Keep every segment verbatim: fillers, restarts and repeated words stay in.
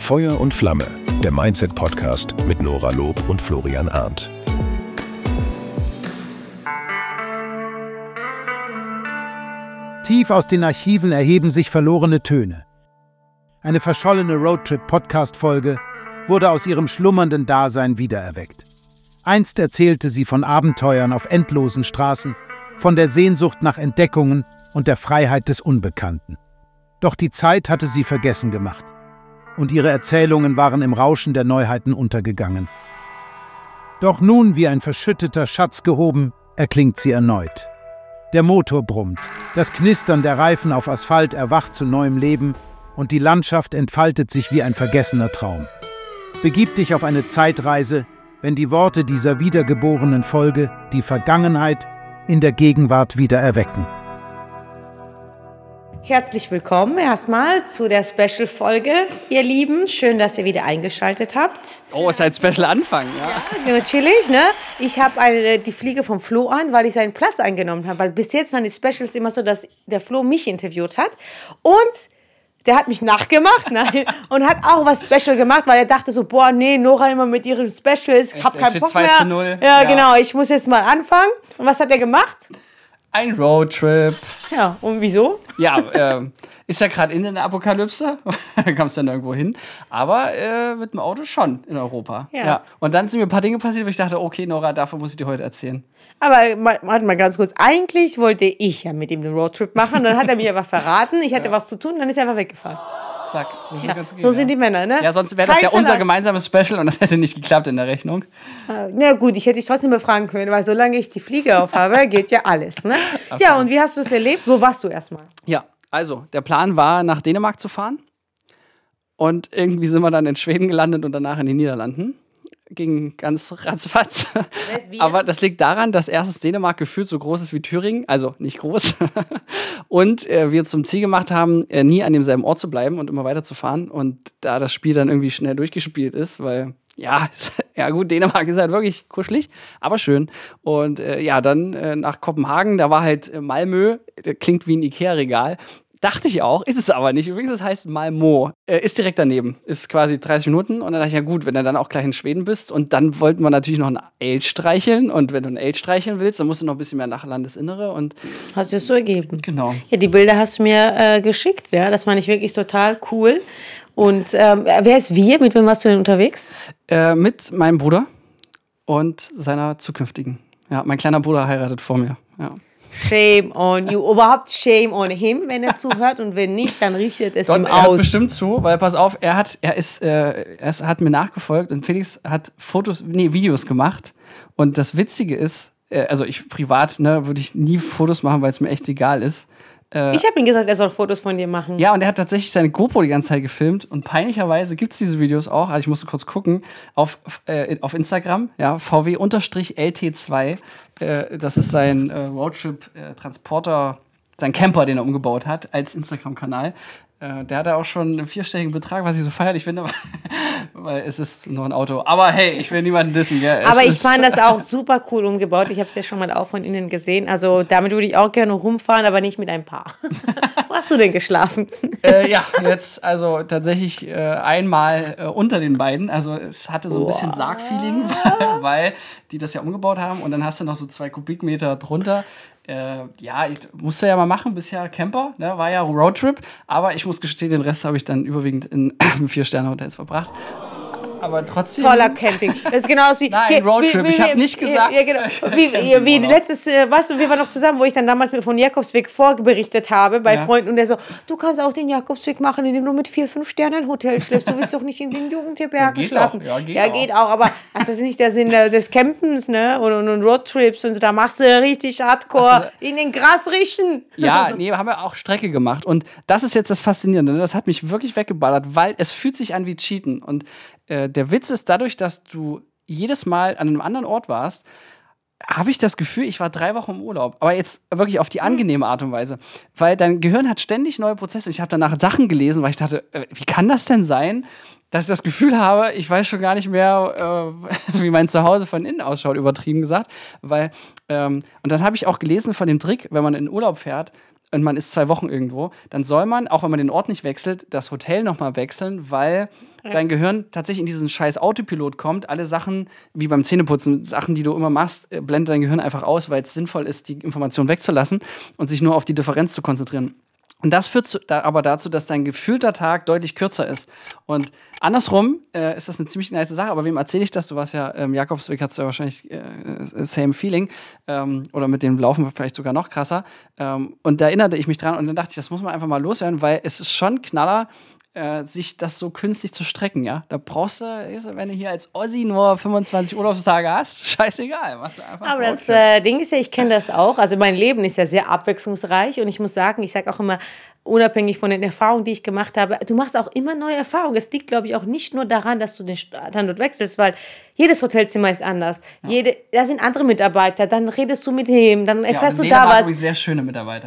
Feuer und Flamme, der Mindset-Podcast mit Nora Lob und Florian Arndt. Tief aus den Archiven erheben sich verlorene Töne. Eine verschollene Roadtrip-Podcast-Folge wurde aus ihrem schlummernden Dasein wiedererweckt. Einst erzählte sie von Abenteuern auf endlosen Straßen, von der Sehnsucht nach Entdeckungen und der Freiheit des Unbekannten. Doch die Zeit hatte sie vergessen gemacht. Und ihre Erzählungen waren im Rauschen der Neuheiten untergegangen. Doch nun, wie ein verschütteter Schatz gehoben, erklingt sie erneut. Der Motor brummt, das Knistern der Reifen auf Asphalt erwacht zu neuem Leben und die Landschaft entfaltet sich wie ein vergessener Traum. Begib dich auf eine Zeitreise, wenn die Worte dieser wiedergeborenen Folge die Vergangenheit in der Gegenwart wieder erwecken. Herzlich willkommen erstmal zu der Special-Folge, ihr Lieben. Schön, dass ihr wieder eingeschaltet habt. Oh, es ist ein Special-Anfang, ja. Ja, natürlich, ne? Ich habe die Fliege vom Flo an, weil ich seinen Platz eingenommen habe. Weil bis jetzt waren die Specials immer so, dass der Flo mich interviewt hat. Und der hat mich nachgemacht, nein, und hat auch was Special gemacht, weil er dachte so, boah, nee, Nora immer mit ihren Specials, ich hab keinen Bock mehr. zwei zu null. Ja, ja, genau, ich muss jetzt mal anfangen. Und was hat er gemacht? Ein Roadtrip. Ja, und wieso? Ja, äh, ist ja gerade in der Apokalypse, da kommst du dann irgendwo hin, aber äh, mit dem Auto schon in Europa. Ja. ja. Und dann sind mir ein paar Dinge passiert, wo ich dachte, okay, Nora, davon muss ich dir heute erzählen. Aber warte mal ganz kurz, eigentlich wollte ich ja mit ihm den Roadtrip machen, dann hat er mir aber verraten, ich hatte ja. was zu tun, dann ist er einfach weggefahren. Zack. Ja, so sind die Männer, ne? Ja, sonst wäre das ja Verlass. unser gemeinsames Special und das hätte nicht geklappt in der Rechnung. Na gut, ich hätte dich trotzdem befragen können, weil solange ich die Fliege aufhabe, geht ja alles, ne? Ja, und wie hast du es erlebt? Wo warst du erstmal? Ja, also, der Plan war, nach Dänemark zu fahren und irgendwie sind wir dann in Schweden gelandet und danach in den Niederlanden. Ging ganz ratzfatz. Aber das liegt daran, dass erstens Dänemark gefühlt so groß ist wie Thüringen, also nicht groß. Und äh, wir zum Ziel gemacht haben, äh, nie an demselben Ort zu bleiben und immer weiterzufahren. Und da das Spiel dann irgendwie schnell durchgespielt ist, weil, ja, ja gut, Dänemark ist halt wirklich kuschelig, aber schön. Und äh, ja, dann äh, nach Kopenhagen, da war halt äh, Malmö, das klingt wie ein Ikea-Regal. Dachte ich auch, ist es aber nicht. Übrigens, das heißt Malmö. Äh, ist direkt daneben. Ist quasi dreißig Minuten. Und dann dachte ich, ja gut, wenn du dann auch gleich in Schweden bist. Und dann wollten wir natürlich noch einen Elch streicheln. Und wenn du einen Elch streicheln willst, dann musst du noch ein bisschen mehr nach Landesinnere. Und hast du es so ergeben? Genau. Ja, die Bilder hast du mir äh, geschickt. Ja, das fand ich wirklich total cool. Und ähm, wer ist wir? Mit wem warst du denn unterwegs? Äh, mit meinem Bruder und seiner zukünftigen. Ja, mein kleiner Bruder heiratet vor mir. Ja. Shame on you. Überhaupt shame on him, wenn er zuhört. Und wenn nicht, dann richtet es Gott, ihm er aus. Hat bestimmt zu, weil pass auf, er hat, er ist, äh, er ist, hat mir nachgefolgt und Felix hat Fotos, nee, Videos gemacht. Und das Witzige ist, äh, also ich privat, ne, würde ich nie Fotos machen, weil es mir echt egal ist. Äh, ich habe ihm gesagt, er soll Fotos von dir machen. Ja, und er hat tatsächlich seine GoPro die ganze Zeit gefilmt. Und peinlicherweise gibt es diese Videos auch, also ich musste kurz gucken, auf, äh, auf Instagram, ja, V W L T zwei. Äh, das ist sein äh, Roadtrip-Transporter, sein Camper, den er umgebaut hat, als Instagram-Kanal. Äh, der hat da auch schon einen vierstelligen Betrag, was ich so feierlich finde, weil es ist nur ein Auto. Aber hey, ich will niemanden dissen. Ja, aber ich fand das auch super cool umgebaut. Ich habe es ja schon mal auch von innen gesehen. Also damit würde ich auch gerne rumfahren, aber nicht mit einem Paar. Wo hast du denn geschlafen? äh, ja, jetzt also tatsächlich äh, einmal äh, unter den beiden. Also es hatte so ein bisschen Sarg-Feeling, weil, weil die das ja umgebaut haben. Und dann hast du noch so zwei Kubikmeter drunter. Äh, ja, ich musste ja mal machen, bisher Camper, ne, war ja Roadtrip, aber ich muss gestehen, den Rest habe ich dann überwiegend in Vier-Sterne-Hotels verbracht. Aber trotzdem. Toller Camping. Das ist genauso wie. Nein, Roadtrip. Ich habe nicht gesagt. Ja, genau. Wie, wie, wie letztes, äh, weißt du, wir waren noch zusammen, wo ich dann damals von Jakobsweg vorberichtet habe bei ja. Freunden und der so, du kannst auch den Jakobsweg machen, indem du mit vier, fünf Sternen Hotel schläfst. Du willst doch nicht in den Jugendherbergen ja, schlafen. Auch. Ja, geht ja, auch. geht auch. Aber ach, das ist nicht der Sinn des Campens, ne? Und, und, und Roadtrips und so. Da machst du richtig Hardcore also, in den Gras riechen. Ja, nee, haben wir auch Strecke gemacht. Und das ist jetzt das Faszinierende. Das hat mich wirklich weggeballert, weil es fühlt sich an wie Cheaten. Und der Witz ist, dadurch, dass du jedes Mal an einem anderen Ort warst, habe ich das Gefühl, ich war drei Wochen im Urlaub. Aber jetzt wirklich auf die angenehme Art und Weise. Weil dein Gehirn hat ständig neue Prozesse. Ich habe danach Sachen gelesen, weil ich dachte, wie kann das denn sein, dass ich das Gefühl habe, ich weiß schon gar nicht mehr, äh, wie mein Zuhause von innen ausschaut, übertrieben gesagt. Weil, ähm, und dann habe ich auch gelesen von dem Trick, wenn man in Urlaub fährt und man ist zwei Wochen irgendwo, dann soll man, auch wenn man den Ort nicht wechselt, das Hotel nochmal wechseln, weil ja. dein Gehirn tatsächlich in diesen scheiß Autopilot kommt. Alle Sachen, wie beim Zähneputzen, Sachen, die du immer machst, blendet dein Gehirn einfach aus, weil es sinnvoll ist, die Information wegzulassen und sich nur auf die Differenz zu konzentrieren. Und das führt zu, da, aber dazu, dass dein gefühlter Tag deutlich kürzer ist. Und andersrum äh, ist das eine ziemlich nice Sache. Aber wem erzähle ich das? Du warst ja, ähm, Jakobsweg hast du ja wahrscheinlich äh, same feeling. Ähm, oder mit dem Laufen vielleicht sogar noch krasser. Ähm, und da erinnerte ich mich dran und dann dachte ich, das muss man einfach mal loswerden, weil es ist schon Knaller, äh, sich das so künstlich zu strecken, ja. Da brauchst du, wenn du hier als Ossi nur fünfundzwanzig Urlaubstage hast, scheißegal. Machst du einfach Aber das äh, Ding ist ja, ich kenne das auch. Also mein Leben ist ja sehr abwechslungsreich und ich muss sagen, ich sage auch immer, unabhängig von den Erfahrungen, die ich gemacht habe, du machst auch immer neue Erfahrungen. Es liegt, glaube ich, auch nicht nur daran, dass du den Standort wechselst, weil jedes Hotelzimmer ist anders. Ja. Jede, da sind andere Mitarbeiter, dann redest du mit dem, dann erfährst ja, du da was. Ja, sehr schöne Mitarbeiter.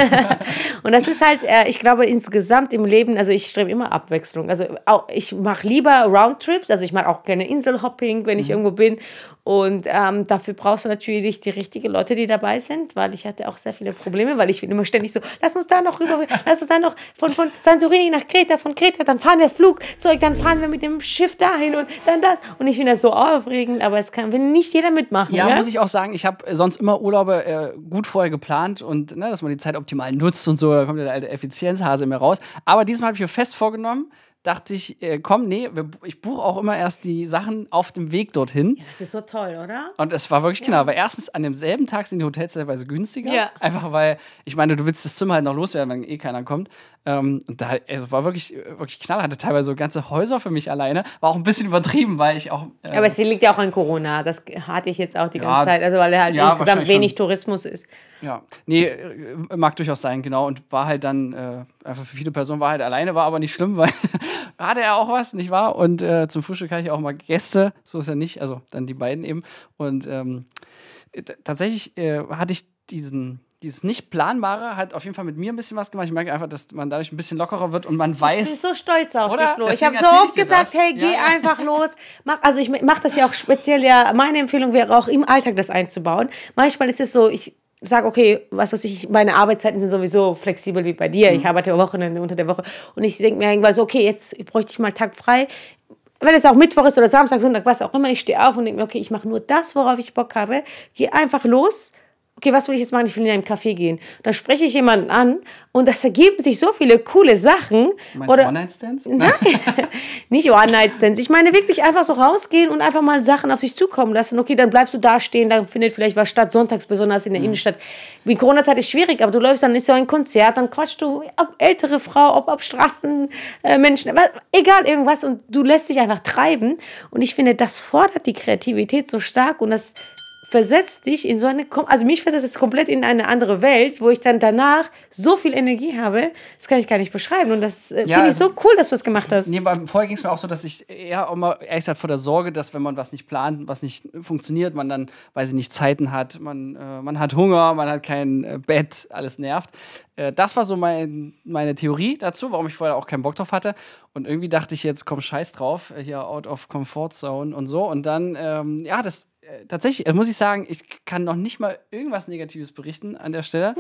Und das ist halt, ich glaube, insgesamt im Leben, also ich strebe immer Abwechslung. Also auch, ich mache lieber Roundtrips, also ich mache auch gerne Inselhopping, wenn ich mhm. irgendwo bin. Und ähm, dafür brauchst du natürlich die richtigen Leute, die dabei sind, weil ich hatte auch sehr viele Probleme, weil ich bin immer ständig so, lass uns da noch rüber, lass uns da noch von, von Santorini nach Kreta, von Kreta, dann fahren wir Flugzeug, dann fahren wir mit dem Schiff dahin und dann das. Und ich finde das so aufregend, aber es kann will nicht jeder mitmachen. Ja, ja? muss ich auch sagen, ich habe sonst immer Urlaube äh, gut vorher geplant und ne, dass man die Zeit optimal nutzt und so, da kommt ja der alte Effizienzhase mehr raus. Aber diesmal habe ich mir fest vorgenommen, dachte ich, äh, komm, nee, ich buche auch immer erst die Sachen auf dem Weg dorthin. Ja, das ist so toll, oder? Und es war wirklich genau, ja. Aber erstens an demselben Tag sind die Hotels teilweise günstiger. Ja. Einfach weil, ich meine, du willst das Zimmer halt noch loswerden, wenn eh keiner kommt. Ähm, und da also war wirklich, wirklich knall, hatte teilweise so ganze Häuser für mich alleine. War auch ein bisschen übertrieben, weil ich auch. Äh, aber es liegt ja auch an Corona. Das hatte ich jetzt auch die ganze ja, Zeit. Also weil halt ja, insgesamt wenig schon. Tourismus ist. Ja, nee, mag durchaus sein, genau. Und war halt dann, äh, einfach für viele Personen war halt alleine, war aber nicht schlimm, weil hatte er auch was, nicht wahr? Und äh, zum Frühstück hatte ich auch mal Gäste, so ist er nicht, also dann die beiden eben. Und ähm, t- tatsächlich äh, hatte ich diesen, dieses Nicht-Planbare, hat auf jeden Fall mit mir ein bisschen was gemacht. Ich merke einfach, dass man dadurch ein bisschen lockerer wird und man weiß. Ich bin so stolz auf oder? dich, Flo. Deswegen ich habe so oft ich gesagt, das. hey, geh ja. einfach los. Mach, also ich mache das ja auch speziell, ja, meine Empfehlung wäre auch im Alltag das einzubauen. Manchmal ist es so, ich sage, okay, was weiß ich, meine Arbeitszeiten sind sowieso flexibel wie bei dir. Mhm. Ich arbeite am Wochenende unter der Woche. Und ich denke mir irgendwann so, okay, jetzt bräuchte ich mal Tag frei. Wenn es auch Mittwoch ist oder Samstag, Sonntag, was auch immer, ich stehe auf und denke mir, okay, ich mache nur das, worauf ich Bock habe. Gehe einfach los. Okay, was will ich jetzt machen? Ich will in einen Café gehen. Dann spreche ich jemanden an und das ergeben sich so viele coole Sachen. Meinst du One-Night-Stands? Nein, nicht One-Night-Stands. Ich meine wirklich einfach so rausgehen und einfach mal Sachen auf sich zukommen lassen. Okay, dann bleibst du da stehen, dann findet vielleicht was statt, sonntags besonders in der mhm. Innenstadt. In Corona-Zeit ist schwierig, aber du läufst, dann ist so ein Konzert, dann quatschst du, ob ältere Frau, ob, ob Straßenmenschen, äh, egal irgendwas und du lässt dich einfach treiben. Und ich finde, das fordert die Kreativität so stark und das versetzt dich in so eine, also mich versetzt es komplett in eine andere Welt, wo ich dann danach so viel Energie habe, das kann ich gar nicht beschreiben. Und das äh, ja, finde ich also, so cool, dass du es gemacht hast. Nee, aber vorher ging es mir auch so, dass ich eher auch mal, ehrlich gesagt, vor der Sorge, dass wenn man was nicht plant, was nicht funktioniert, man dann, weil sie nicht Zeiten hat, man, äh, man hat Hunger, man hat kein äh, Bett, alles nervt. Äh, das war so mein, meine Theorie dazu, warum ich vorher auch keinen Bock drauf hatte. Und irgendwie dachte ich jetzt, komm, scheiß drauf, hier out of comfort zone und so. Und dann, ähm, ja, das tatsächlich, muss ich sagen, ich kann noch nicht mal irgendwas Negatives berichten an der Stelle.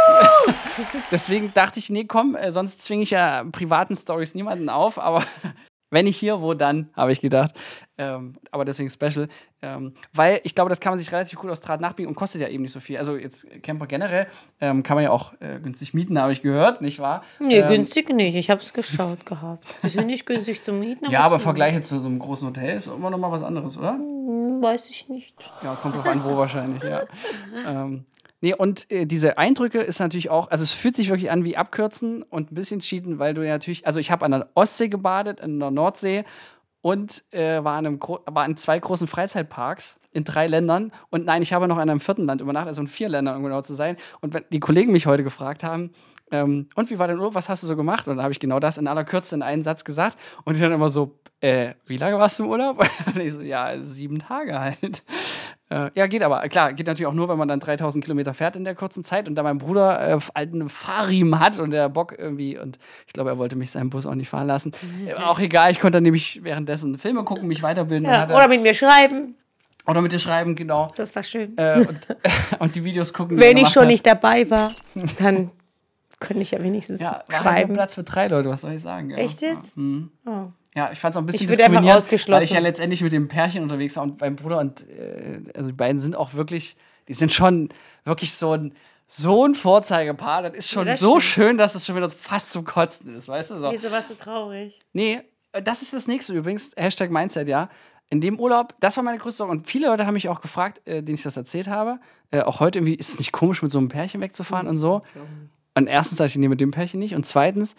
Deswegen dachte ich, nee, komm, äh, sonst zwinge ich ja privaten Storys niemanden auf, aber wenn nicht hier, wo dann, habe ich gedacht. Ähm, aber deswegen special. Ähm, weil ich glaube, das kann man sich relativ gut aus Draht nachbiegen und kostet ja eben nicht so viel. Also jetzt Camper generell ähm, kann man ja auch äh, günstig mieten, habe ich gehört, nicht wahr? Nee, ähm, günstig nicht. Ich habe es geschaut gehabt. Die sind nicht günstig zum Mieten. Ja, aber im Vergleich jetzt zu so einem großen Hotel ist immer noch mal was anderes, oder? Hm, weiß ich nicht. Ja, kommt drauf an, wo wahrscheinlich, ja. ähm, Nee, und äh, diese Eindrücke ist natürlich auch, also es fühlt sich wirklich an wie Abkürzen und ein bisschen cheaten, weil du ja natürlich, also ich habe an der Ostsee gebadet, in der Nordsee und äh, war, in einem, war in zwei großen Freizeitparks in drei Ländern und nein, ich habe noch in einem vierten Land übernachtet, also in vier Ländern, um genau zu sein. Und wenn die Kollegen mich heute gefragt haben, ähm, und wie war dein Urlaub, was hast du so gemacht? Und dann habe ich genau das in aller Kürze in einen Satz gesagt und die dann immer so, äh, wie lange warst du im Urlaub? Und ich so, ja, sieben Tage halt. Äh, ja, geht aber. Klar, geht natürlich auch nur, wenn man dann dreitausend Kilometer fährt in der kurzen Zeit und da mein Bruder äh, einen Fahrriemen hat und der Bock irgendwie und ich glaube, er wollte mich seinen Bus auch nicht fahren lassen. Äh, auch egal, ich konnte dann nämlich währenddessen Filme gucken, mich weiterbilden. Ja, und oder mit mir schreiben. Oder mit dir schreiben, genau. Das war schön. Äh, und, und die Videos gucken. Wenn ich schon hat. nicht dabei war, dann könnte ich ja wenigstens ja, war schreiben. Halt Platz für drei Leute, was soll ich sagen? Ja. Echt jetzt? Ja. Mhm. Oh. Ja, ich fand es auch ein bisschen ich diskriminierend, weil ich ja letztendlich mit dem Pärchen unterwegs war und beim Bruder und äh, also die beiden sind auch wirklich, die sind schon wirklich so ein so ein Vorzeigepaar. Das ist schon ja, das so stimmt. schön, dass es schon wieder fast zum Kotzen ist, weißt du? So. Wieso warst du traurig? Nee, das ist das nächste übrigens, Hashtag Mindset, ja. In dem Urlaub, das war meine größte Sorge und viele Leute haben mich auch gefragt, äh, denen ich das erzählt habe, äh, auch heute irgendwie, ist es nicht komisch, mit so einem Pärchen wegzufahren mhm. und so? Und erstens sage ich, nee, mit dem Pärchen nicht und zweitens,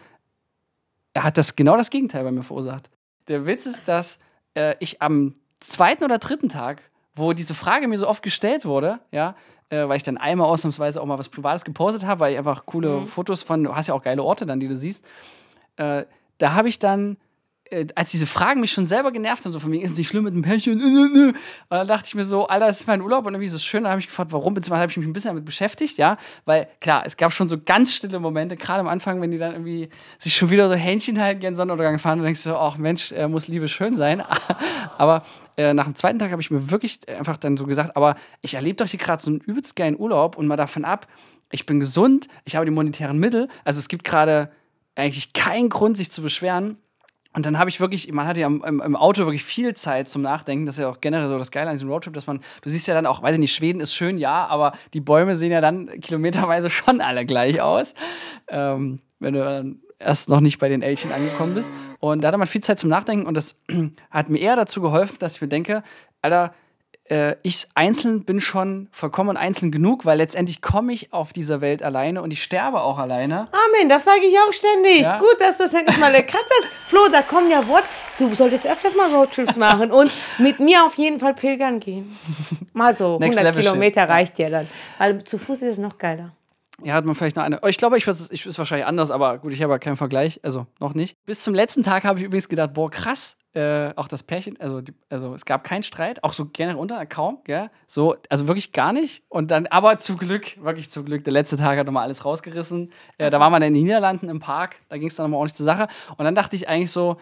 er hat das genau das Gegenteil bei mir verursacht. Der Witz ist, dass äh, ich am zweiten oder dritten Tag, wo diese Frage mir so oft gestellt wurde, ja, äh, weil ich dann einmal ausnahmsweise auch mal was Privates gepostet habe, weil ich einfach coole mhm. Fotos von, du hast ja auch geile Orte dann, die du siehst, äh, da habe ich dann, äh, als diese Fragen mich schon selber genervt haben, so von mir, ist es nicht schlimm mit dem Pärchen, und dann dachte ich mir so, Alter, das ist mein Urlaub und irgendwie ist es schön, dann habe ich gefragt, warum, beziehungsweise habe ich mich ein bisschen damit beschäftigt, ja, weil klar, es gab schon so ganz stille Momente, gerade am Anfang, wenn die dann irgendwie sich schon wieder so Händchen halten, gern Sonnenuntergang fahren und denkst du so, ach Mensch, äh, muss Liebe schön sein, aber äh, nach dem zweiten Tag habe ich mir wirklich einfach dann so gesagt, aber ich erlebe doch hier gerade so einen übelst geilen Urlaub und mal davon ab, ich bin gesund, ich habe die monetären Mittel, also es gibt gerade eigentlich keinen Grund, sich zu beschweren. Und dann habe ich wirklich, man hat ja im, im Auto wirklich viel Zeit zum Nachdenken. Das ist ja auch generell so das Geile an diesem Roadtrip, dass man, du siehst ja dann auch, weiß ich nicht, Schweden ist schön, ja, aber die Bäume sehen ja dann kilometerweise schon alle gleich aus. Ähm, wenn du dann erst noch nicht bei den Elchen angekommen bist. Und da hatte man viel Zeit zum Nachdenken und das hat mir eher dazu geholfen, dass ich mir denke, Alter, äh, ich einzeln bin schon vollkommen und einzeln genug, weil letztendlich komme ich auf dieser Welt alleine und ich sterbe auch alleine. Amen, das sage ich auch ständig. Ja? Gut, dass du es endlich mal erkannt hast. Flo, da kommen ja Worte. Du solltest öfters mal Roadtrips machen und mit mir auf jeden Fall pilgern gehen. Mal so hundert Kilometer shit. Reicht ja dann. Weil zu Fuß ist es noch geiler. Ja, hat man vielleicht noch eine. Ich glaube, ich weiß, ich ist wahrscheinlich anders, aber gut, ich habe ja keinen Vergleich, also noch nicht. Bis zum letzten Tag habe ich übrigens gedacht, boah, krass, äh, auch das Pärchen, also, die, also es gab keinen Streit, auch so generell unter, kaum, gell, so, also wirklich gar nicht. Und dann, aber zu Glück, wirklich zu Glück, der letzte Tag hat nochmal alles rausgerissen. Äh, da waren wir dann in den Niederlanden im Park, da ging es dann nochmal ordentlich zur Sache. Und dann dachte ich eigentlich so,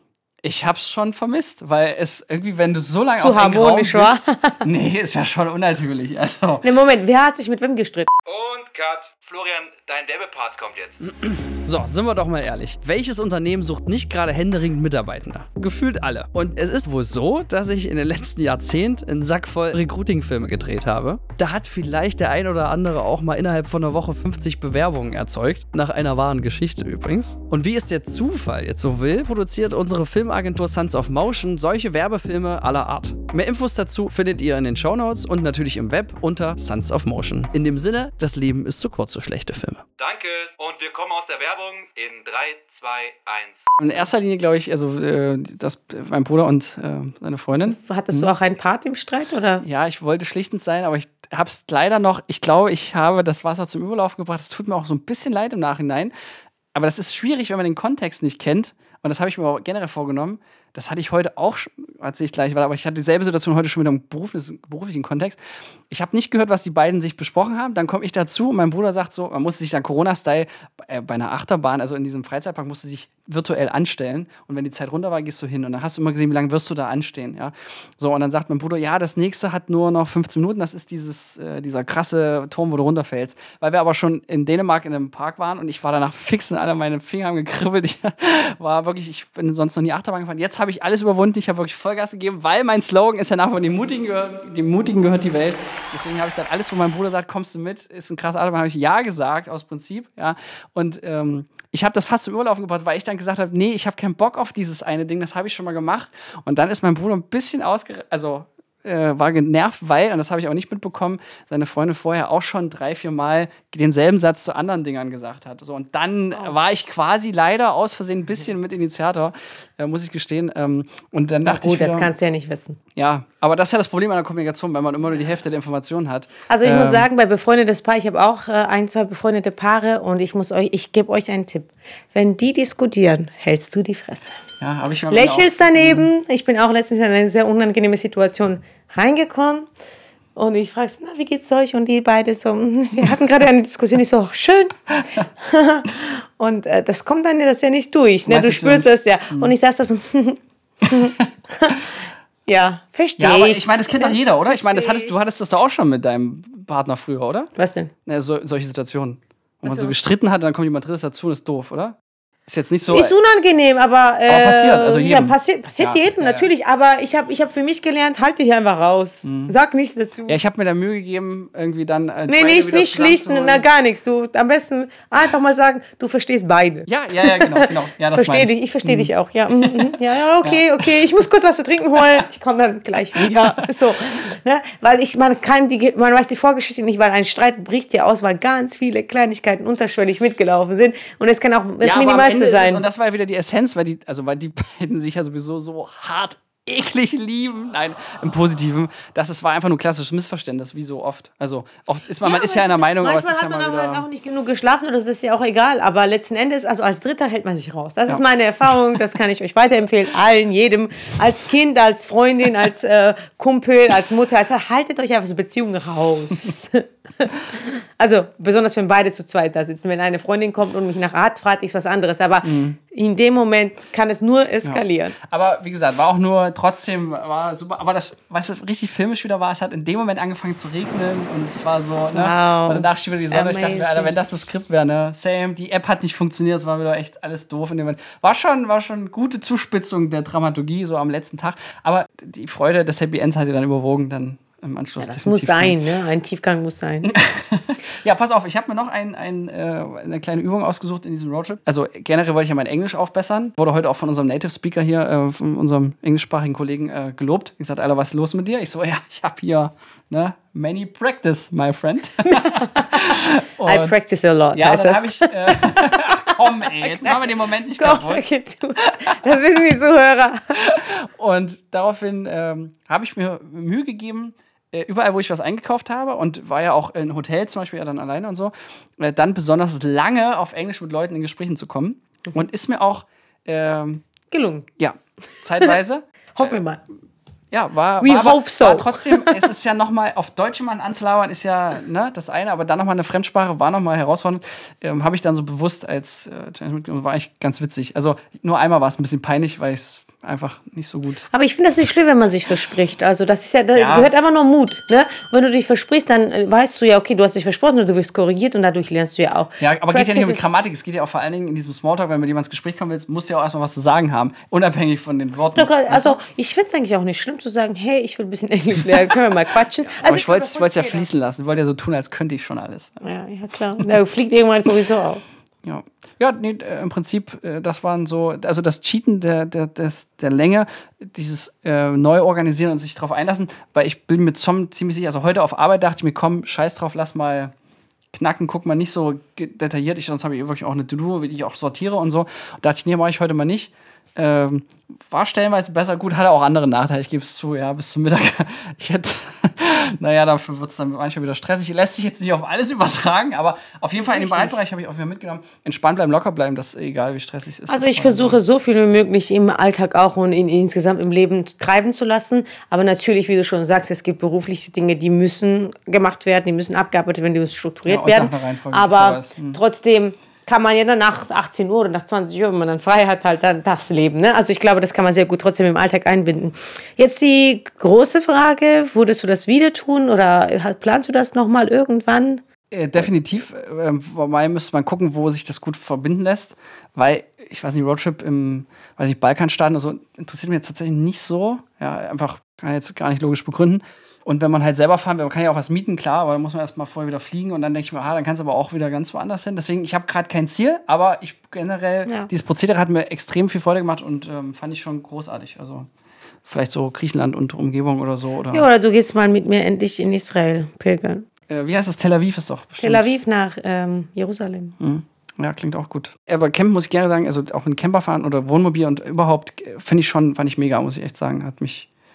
ich hab's schon vermisst, weil es irgendwie, wenn du so lange auf einem Raum bist, nee, ist ja schon unnatürlich. Also. Ne, Moment, wer hat sich mit wem gestritten? Und Cut. Florian, dein Werbepart kommt jetzt. So, sind wir doch mal ehrlich. Welches Unternehmen sucht nicht gerade händeringend Mitarbeitende? Gefühlt alle. Und es ist wohl so, dass ich in den letzten Jahrzehnten einen Sack voll Recruiting-Filme gedreht habe. Da hat vielleicht der ein oder andere auch mal innerhalb von einer Woche fünfzig Bewerbungen erzeugt. Nach einer wahren Geschichte übrigens. Und wie es der Zufall jetzt so will, produziert unsere Filmagentur Sons of Motion solche Werbefilme aller Art. Mehr Infos dazu findet ihr in den Shownotes und natürlich im Web unter Sons of Motion. In dem Sinne, das Leben ist zu kurz für schlechte Filme. Danke. Und wir kommen aus der Werbung in drei, zwei, eins. In erster Linie glaube ich, also äh, das, mein Bruder und äh, seine Freundin. Hattest hm. du auch einen Part im Streit, oder? Ja, ich wollte schlichtend sein, aber ich habe es leider noch, ich glaube, ich habe das Wasser zum Überlaufen gebracht. Es tut mir auch so ein bisschen leid im Nachhinein. Aber das ist schwierig, wenn man den Kontext nicht kennt. Und das habe ich mir auch generell vorgenommen. Das hatte ich heute auch, erzähle ich gleich, aber ich hatte dieselbe Situation heute schon wieder im beruflichen, beruflichen Kontext. Ich habe nicht gehört, was die beiden sich besprochen haben. Dann komme ich dazu und mein Bruder sagt so, man musste sich dann Corona-Style bei, bei einer Achterbahn, also in diesem Freizeitpark, musste sich virtuell anstellen. Und wenn die Zeit runter war, gehst du hin. Und dann hast du immer gesehen, wie lange wirst du da anstehen. Ja? So, und dann sagt mein Bruder, ja, das nächste hat nur noch fünfzehn Minuten. Das ist dieses, äh, dieser krasse Turm, wo du runterfällst. Weil wir aber schon in Dänemark in einem Park waren und ich war danach fix und alle meine Finger haben gekribbelt. Ich war wirklich, ich bin sonst noch nie Achterbahn gefahren. Jetzt habe ich alles überwunden. Ich habe wirklich Vollgas gegeben, weil mein Slogan ist ja nach von die Mutigen gehört, die Mutigen gehört die Welt. Deswegen habe ich dann alles, wo mein Bruder sagt, kommst du mit, ist ein krasser Achterbahn, habe ich ja gesagt, aus Prinzip. Ja. Und ähm, ich habe das fast zum Überlaufen gebracht, weil ich dann gesagt habe, nee, ich habe keinen Bock auf dieses eine Ding, das habe ich schon mal gemacht. Und dann ist mein Bruder ein bisschen ausgerastet, also äh, war genervt, weil, und das habe ich auch nicht mitbekommen, seine Freundin vorher auch schon drei, vier Mal denselben Satz zu anderen Dingern gesagt hat. So, und dann oh. war ich quasi leider aus Versehen ein bisschen mit Initiator, äh, muss ich gestehen. Ähm, und dann dachte gut, ich wieder, das kannst du ja nicht wissen. Ja, aber das ist ja das Problem an der Kommunikation, weil man immer nur die Hälfte der Informationen hat. Also ich ähm, muss sagen, bei befreundetes Paar, ich habe auch äh, ein, zwei befreundete Paare und ich muss euch, ich gebe euch einen Tipp. Wenn die diskutieren, hältst du die Fresse. Ja, habe ich mal Lächelst daneben. Ich bin auch letztens in eine sehr unangenehme Situation reingekommen Und ich frage, na, wie geht's euch? Und die beide so, wir hatten gerade eine Diskussion, ich so, ach, schön. Und äh, das kommt dann das ja nicht durch, ne? Du spürst so das ja. Mhm. Und ich saß da so, ja, verstehe ich. Ja, aber ich meine, das kennt doch jeder, oder? Ich meine, das hattest, du hattest das doch auch schon mit deinem Partner früher, oder? Was denn? Ja, so, solche Situationen. Wo man so. so gestritten hat und dann kommt jemand drittes dazu und ist doof, oder? Ist jetzt nicht so. Ist unangenehm, aber. Äh, aber passiert, also jedem. Ja, passi- passiert ja, jedem, ja, natürlich. Ja. Aber ich habe ich hab für mich gelernt, halt dich einfach raus. Mhm. Sag nichts dazu. Ja, ich habe mir da Mühe gegeben, irgendwie dann. Äh, nee, nicht, nicht schlichten, na gar nichts. Du am besten einfach mal sagen, du verstehst beide. Ja, ja, ja, genau. genau. Ja, das versteh dich, ich verstehe mhm. dich auch. Ja, mhm. ja, ja, okay, okay. Ich muss kurz was zu trinken holen. Ich komme dann gleich wieder. So, ne? Weil ich, man kann die, man weiß die Vorgeschichte nicht, weil ein Streit bricht ja aus, weil ganz viele Kleinigkeiten unterschwellig mitgelaufen sind. Und es kann auch das ja, Minimalste sein. Es, und das war ja wieder die Essenz, weil die, also weil die beiden sich ja sowieso so hart eklig lieben, nein, im Positiven, das es war einfach nur klassisches Missverständnis, wie so oft. Also oft ist man, ja, man ist ja in der Meinung, aber es ist ja mal wieder... Manchmal hat man auch nicht genug geschlafen oder das ist ja auch egal, aber letzten Endes, also als Dritter hält man sich raus. Das ja. ist meine Erfahrung, das kann ich euch weiterempfehlen, allen, jedem, als Kind, als Freundin, als äh, Kumpel, als Mutter, also haltet euch einfach so Beziehungen raus. Also, besonders wenn beide zu zweit da sitzen. Wenn eine Freundin kommt und mich nach Rat fragt, ist was anderes. Aber mhm. in dem Moment kann es nur eskalieren. Ja. Aber wie gesagt, war auch nur trotzdem, war super. Aber das, was richtig filmisch wieder war, es hat in dem Moment angefangen zu regnen und es war so, ne? Wow. Und dann dachte ich wieder die Sonne. Amazing. Ich dachte mir, Alter, wenn das das Skript wäre, ne? Same, die App hat nicht funktioniert, es war wieder echt alles doof in dem Moment. War schon, war schon gute Zuspitzung der Dramaturgie, so am letzten Tag. Aber die Freude des Happy Ends hat ja dann überwogen, dann im Anschluss. Ja, das muss sein, ne? Ein Tiefgang muss sein. Ja, pass auf, ich habe mir noch ein, ein, äh, eine kleine Übung ausgesucht in diesem Roadtrip. Also generell wollte ich ja mein Englisch aufbessern. Wurde heute auch von unserem Native Speaker hier, äh, von unserem englischsprachigen Kollegen äh, gelobt. Ich sagte, Alter, was ist los mit dir? Ich so, ja, ich habe hier, ne, many practice, my friend. Und, I practice a lot, ja, heißt dann das. habe ich, äh, ach komm, ey, jetzt machen wir den Moment nicht kaputt. Das wissen die Zuhörer. Und daraufhin ähm, habe ich mir Mühe gegeben, überall, wo ich was eingekauft habe und war ja auch in Hotels zum Beispiel ja dann alleine und so, dann besonders lange auf Englisch mit Leuten in Gesprächen zu kommen. Mhm. Und ist mir auch ähm, gelungen. Ja, zeitweise. Hoffen wir mal. Ja, war, We war, hope aber, so. war trotzdem, es ist ja nochmal, auf Deutsch jemanden anzulauern, ist ja ne, das eine, aber dann nochmal eine Fremdsprache war nochmal herausfordernd. Ähm, habe ich dann so bewusst als äh, war eigentlich ganz witzig. Also nur einmal war es ein bisschen peinlich, weil ich es einfach nicht so gut. Aber ich finde das nicht schlimm, wenn man sich verspricht. Also das ist ja, das ja. gehört einfach nur Mut. Ne? Wenn du dich versprichst, dann weißt du ja, okay, du hast dich versprochen und du wirst korrigiert und dadurch lernst du ja auch. Ja, aber es geht ja nicht um Grammatik, es geht ja auch vor allen Dingen in diesem Smalltalk, wenn du mit jemandem ins Gespräch kommen willst, musst du ja auch erstmal was zu sagen haben, unabhängig von den Worten. Also ich finde es eigentlich auch nicht schlimm zu sagen, hey, ich will ein bisschen Englisch lernen, können wir mal quatschen. Ja, also aber ich wollte es ja fließen lassen, ich wollte ja so tun, als könnte ich schon alles. Ja, ja klar, da fliegt irgendwann sowieso auf. Ja, ja nee, äh, im Prinzip, äh, das waren so, also das Cheaten der, der, des, der Länge, dieses äh, neu organisieren und sich drauf einlassen, weil ich bin mit Tom ziemlich sicher, also heute auf Arbeit dachte ich mir, komm, scheiß drauf, lass mal knacken, guck mal nicht so detailliert, ich, sonst habe ich wirklich auch eine To-Do, wie ich auch sortiere und so. Und dachte ich, nee, mache ich heute mal nicht. Ähm, war stellenweise besser, gut, hatte auch andere Nachteile, ich gebe es zu, ja, bis zum Mittag. Ich hätte, naja, dafür wird es dann manchmal wieder stressig. Lässt sich jetzt nicht auf alles übertragen, aber auf jeden Fall in dem Bereich habe ich auch wieder mitgenommen. Entspannt bleiben, locker bleiben, das ist egal, wie stressig es ist. Also ich versuche so viel wie möglich im Alltag auch und in, insgesamt im Leben treiben zu lassen. Aber natürlich, wie du schon sagst, es gibt berufliche Dinge, die müssen gemacht werden, die müssen abgearbeitet werden, die müssen strukturiert ja, werden. Aber hm. trotzdem kann man ja dann nach achtzehn Uhr oder nach zwanzig Uhr, wenn man dann frei hat, halt dann das leben. Ne? Also ich glaube, das kann man sehr gut trotzdem im Alltag einbinden. Jetzt die große Frage, würdest du das wieder tun oder planst du das nochmal irgendwann? Äh, definitiv. Äh, wobei müsste man gucken, wo sich das gut verbinden lässt. Weil, ich weiß nicht, Roadtrip im weiß nicht, Balkanstaaten oder so interessiert mich jetzt tatsächlich nicht so. Ja, einfach kann ich jetzt gar nicht logisch begründen. Und wenn man halt selber fahren will, man kann ja auch was mieten, klar, aber dann muss man erstmal vorher wieder fliegen und dann denke ich mir, ah, dann kannst du aber auch wieder ganz woanders hin. Deswegen, ich habe gerade kein Ziel, aber ich generell, ja. dieses Prozedere hat mir extrem viel Freude gemacht und ähm, fand ich schon großartig. Also vielleicht so Griechenland und Umgebung oder so. Oder, ja, oder du gehst mal mit mir endlich in Israel pilgern. Äh, wie heißt das? Tel Aviv ist doch bestimmt. Tel Aviv nach ähm, Jerusalem. Mhm. Ja, klingt auch gut. Aber Campen muss ich gerne sagen, also auch mit Camper fahren oder Wohnmobil und überhaupt finde ich schon, fand ich mega, muss ich echt sagen. Hat mich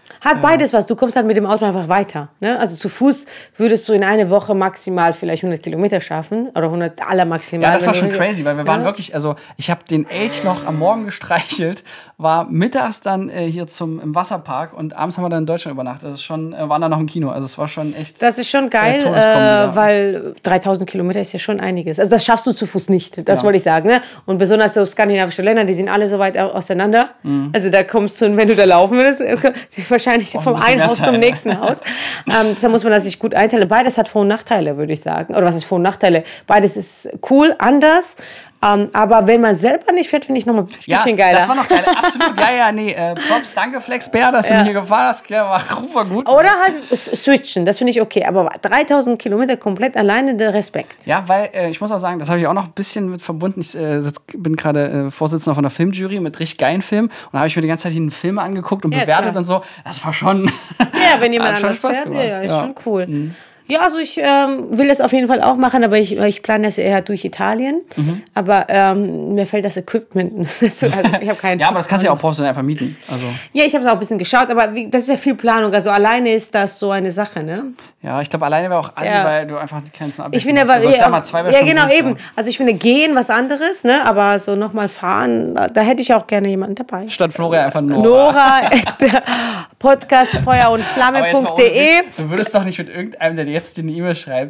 Hat beides was. Du kommst halt mit dem Auto einfach weiter. Ne? Also zu Fuß würdest du in einer Woche maximal vielleicht hundert Kilometer schaffen. Oder hundert aller maximal. Ja, das war schon crazy, weil wir waren ja. wirklich, also ich habe den Elch noch am Morgen gestreichelt, war mittags dann äh, hier zum, im Wasserpark und abends haben wir dann in Deutschland übernachtet. Das ist schon, äh, waren dann noch im Kino. Also es war schon echt. Das ist schon geil, äh, äh, weil dreitausend Kilometer ist ja schon einiges. Also das schaffst du zu Fuß nicht. Das ja. wollte ich sagen. Ne? Und besonders so skandinavische Länder, die sind alle so weit auseinander. Mhm. Also da kommst du, wenn du da laufen würdest, wahrscheinlich vom ein einen Haus zum nächsten Haus. Ähm, da muss man das sich gut einteilen. Beides hat Vor- und Nachteile, würde ich sagen. Oder was ist Vor- und Nachteile? Beides ist cool, anders. Um, aber wenn man selber nicht fährt, finde ich nochmal ein Stückchen ja, geiler. Das war noch geil, absolut. Ja, ja, nee. Äh, Props, danke Flexbär, dass ja. du mich hier gefahren hast. Ja, war super gut. Oder halt switchen, das finde ich okay. Aber dreitausend Kilometer komplett alleine, der Respekt. Ja, weil äh, ich muss auch sagen, das habe ich auch noch ein bisschen mit verbunden. Ich äh, sitz, bin gerade äh, Vorsitzender von einer Filmjury mit richtig geilen Filmen. Und da habe ich mir die ganze Zeit die Filme angeguckt und ja, bewertet klar. und so. Das war schon. Ja, wenn jemand anders fährt, ja, ja, ist ja. schon cool. Mhm. Ja, also ich ähm, will das auf jeden Fall auch machen, aber ich, ich plane das eher durch Italien. Mhm. Aber ähm, mir fällt das Equipment. also ich habe keinen. Ja, aber das kannst du ja auch professionell einfach mieten. Also. Ja, ich habe es auch ein bisschen geschaut, aber wie, das ist ja viel Planung. Also alleine ist das so eine Sache, ne? Ja, ich glaube, alleine wäre auch assi, ja. weil du einfach keinen zum Abwechseln Ich finde, weil, also, ich ja, sag mal, zwei ja, genau, eben. Also ich finde, gehen was anderes, ne? Aber so nochmal fahren, da, da hätte ich auch gerne jemanden dabei. Statt Florian einfach Nora. Nora, Podcast Feuer und Flamme Punkt de. Du würdest doch nicht mit irgendeinem, der dir jetzt eine E-Mail schreibt,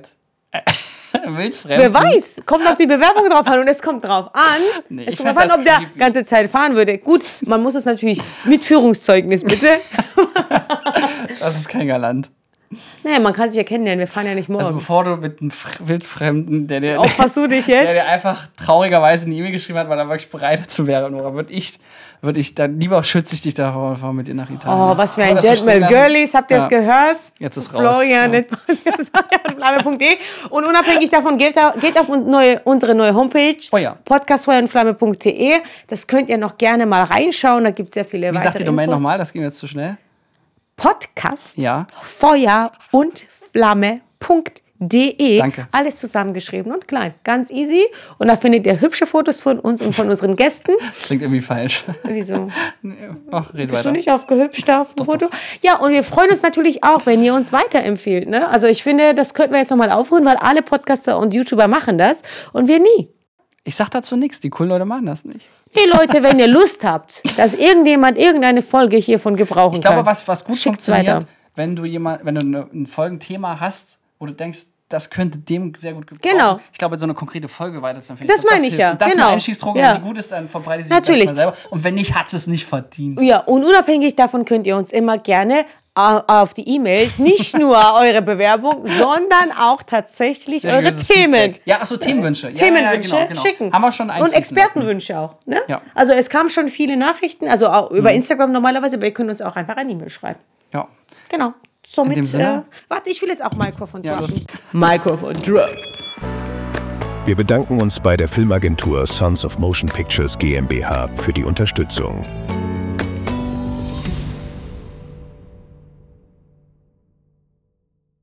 Wer weiß, kommt auf die Bewerbung drauf an und es kommt drauf an. Nee, es kommt drauf an, ob der creepy. ganze Zeit fahren würde. Gut, man muss es natürlich mit Führungszeugnis, bitte. Das ist kein Galant. Naja, man kann sich ja kennenlernen, wir fahren ja nicht morgen. Also bevor du mit einem Wildfremden, der dir, Opferst du dich jetzt? Der dir einfach traurigerweise eine E-Mail geschrieben hat, weil er wirklich bereit dazu wäre, Nora, würde ich, würd ich dann lieber schütze ich dich davor, fahr mit dir nach Italien. Oh, was für ein Gentleman. Girlies, habt ihr es ja. gehört? Jetzt ist raus. Florian, ja. Flamme Punkt de. Und unabhängig davon, geht auf, geht auf neue, unsere neue Homepage, oh ja. podcast feuer und flamme Punkt de. Das könnt ihr noch gerne mal reinschauen, da gibt es sehr viele Wie weitere sagt die Domain Infos. nochmal? Das ging jetzt zu schnell. Podcast, ja. Feuer und Flamme Punkt de. Danke. Alles zusammengeschrieben und klein. Ganz easy. Und da findet ihr hübsche Fotos von uns und von unseren Gästen. Das klingt irgendwie falsch. Wieso? Ach, red Bist weiter. du nicht aufgehübscht auf dem Foto? Doch. Ja, und wir freuen uns natürlich auch, wenn ihr uns weiterempfehlt. Ne? Also ich finde, das könnten wir jetzt nochmal aufrufen, weil alle Podcaster und YouTuber machen das und wir nie. Ich sag dazu nichts. Die coolen Leute machen das nicht. Hey Leute, wenn ihr Lust habt, dass irgendjemand irgendeine Folge hiervon gebrauchen kann. Ich glaube, was, was gut schickt's funktioniert, weiter. wenn du jemand, wenn du eine, ein Folgenthema hast, wo du denkst, das könnte dem sehr gut gebrauchen. Genau. Ich glaube, so eine konkrete Folge weiterzuempfehlen. Das meine ich ja. Das ist genau. eine Einstiegsdroge, ja. wenn die gut ist, dann verbreitet sie Natürlich. das selber. Und wenn nicht, hat es nicht verdient. Ja, und unabhängig davon könnt ihr uns immer gerne auf die E-Mails nicht nur eure Bewerbung, sondern auch tatsächlich Seriöses eure Themen. Feedback. Ja, achso, Themenwünsche. Ja, Themenwünsche ja, genau, genau. schicken. Haben wir schon Und Expertenwünsche auch. Ne? Ja. Also es kamen schon viele Nachrichten, also auch über mhm. Instagram normalerweise, aber ihr könnt uns auch einfach eine E-Mail schreiben. Ja. Genau. Somit, In dem Sinne? Äh, warte, ich will jetzt auch Mikrofon ja, droppen. Mikrofon drop. Wir bedanken uns bei der Filmagentur Sons of Motion Pictures GmbH für die Unterstützung.